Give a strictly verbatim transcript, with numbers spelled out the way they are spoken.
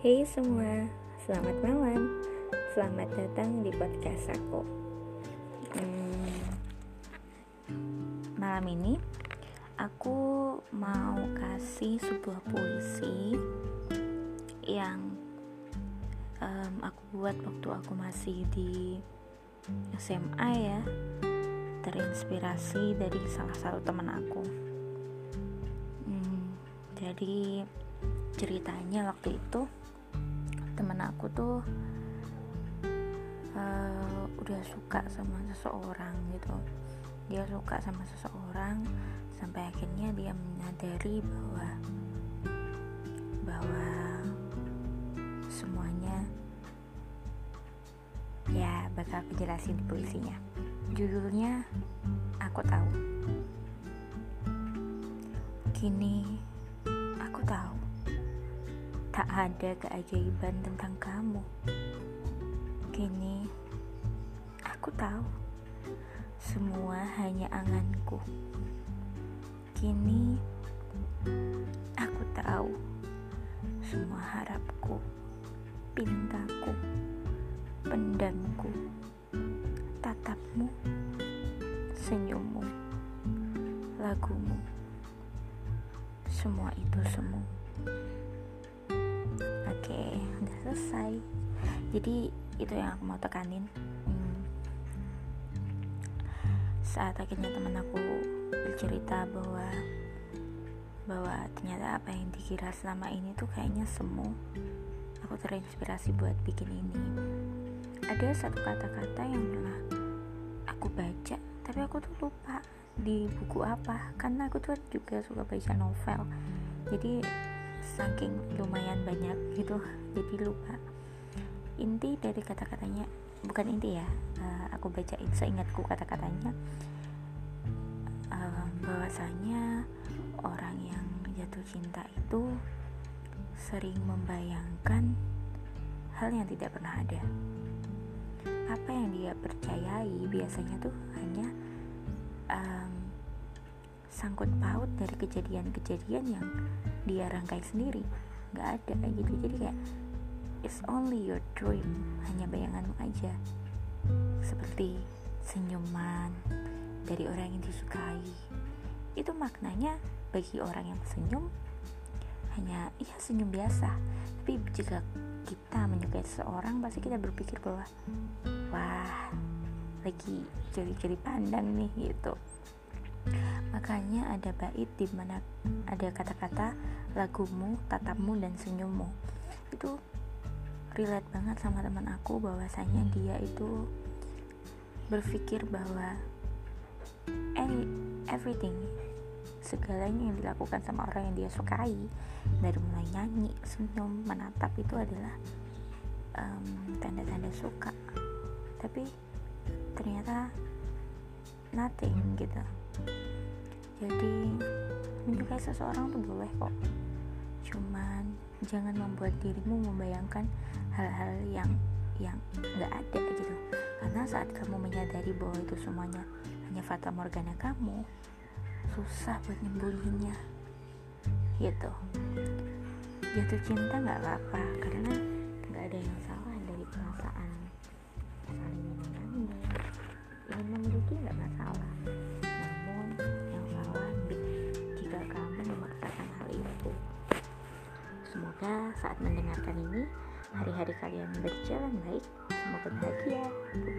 Hey semua, selamat malam. Selamat datang di podcast aku. hmm, Malam ini aku mau kasih sebuah puisi yang um, aku buat waktu aku masih di S M A ya, terinspirasi dari salah satu teman aku. hmm, Jadi ceritanya waktu itu temen aku tuh uh, udah suka sama seseorang gitu. Dia suka sama seseorang sampai akhirnya dia menyadari bahwa bahwa semuanya ya bakal aku jelasin di puisinya. Judulnya Aku Tahu. Kini aku tahu tak ada keajaiban tentang kamu. Kini aku tahu semua hanya anganku. Kini aku tahu semua harapku, pintaku, pendamku, tatapmu, senyummu, lagumu, semua itu semu. Oke, udah selesai. Jadi itu yang aku mau tekanin. hmm. Saat akhirnya teman aku bercerita bahwa bahwa ternyata apa yang dikira selama ini tuh kayaknya semu, aku terinspirasi buat bikin ini. Ada satu kata-kata yang pernah aku baca, tapi aku tuh lupa di buku apa, karena aku tuh juga suka baca novel. Jadi saking lumayan banyak gitu, jadi lupa inti dari kata-katanya. Bukan inti ya, uh, aku bacain seingatku kata-katanya. uh, bahwasanya orang yang jatuh cinta itu sering membayangkan hal yang tidak pernah ada. Apa yang dia percayai biasanya tuh hanya um, sangkut paut dari kejadian-kejadian yang dia rangkai sendiri, nggak ada kayak gitu. Jadi kayak it's only your dream, hanya bayanganmu aja. Seperti senyuman dari orang yang disukai, itu maknanya bagi orang yang senyum hanya ya senyum biasa. Tapi jika kita menyukai seseorang, pasti kita berpikir bahwa wah, lagi curi-curi pandang nih gitu. Makanya ada bait di mana ada kata-kata lagumu, tatapmu, dan senyummu. Itu relate banget sama teman aku, bahwasanya dia itu berpikir bahwa any, everything, segalanya yang dilakukan sama orang yang dia sukai, dari mulai nyanyi, senyum, menatap, itu adalah um, tanda-tanda suka. Tapi ternyata nothing gitu. Jadi menyukai seseorang tuh boleh kok, cuman jangan membuat dirimu membayangkan hal-hal yang yang nggak ada gitu. Karena saat kamu menyadari bahwa itu semuanya hanya fata morgana kamu, susah buat nyembuhinnya gitu. Jatuh cinta nggak apa-apa, karena nggak ada yang salah dari perasaan saling menyayangi, ingin memiliki, nggak masalah. Namun yang salah jika kamu memaksakan hal itu. Semoga saat mendengarkan ini, hari-hari kalian berjalan baik. Semoga bahagia.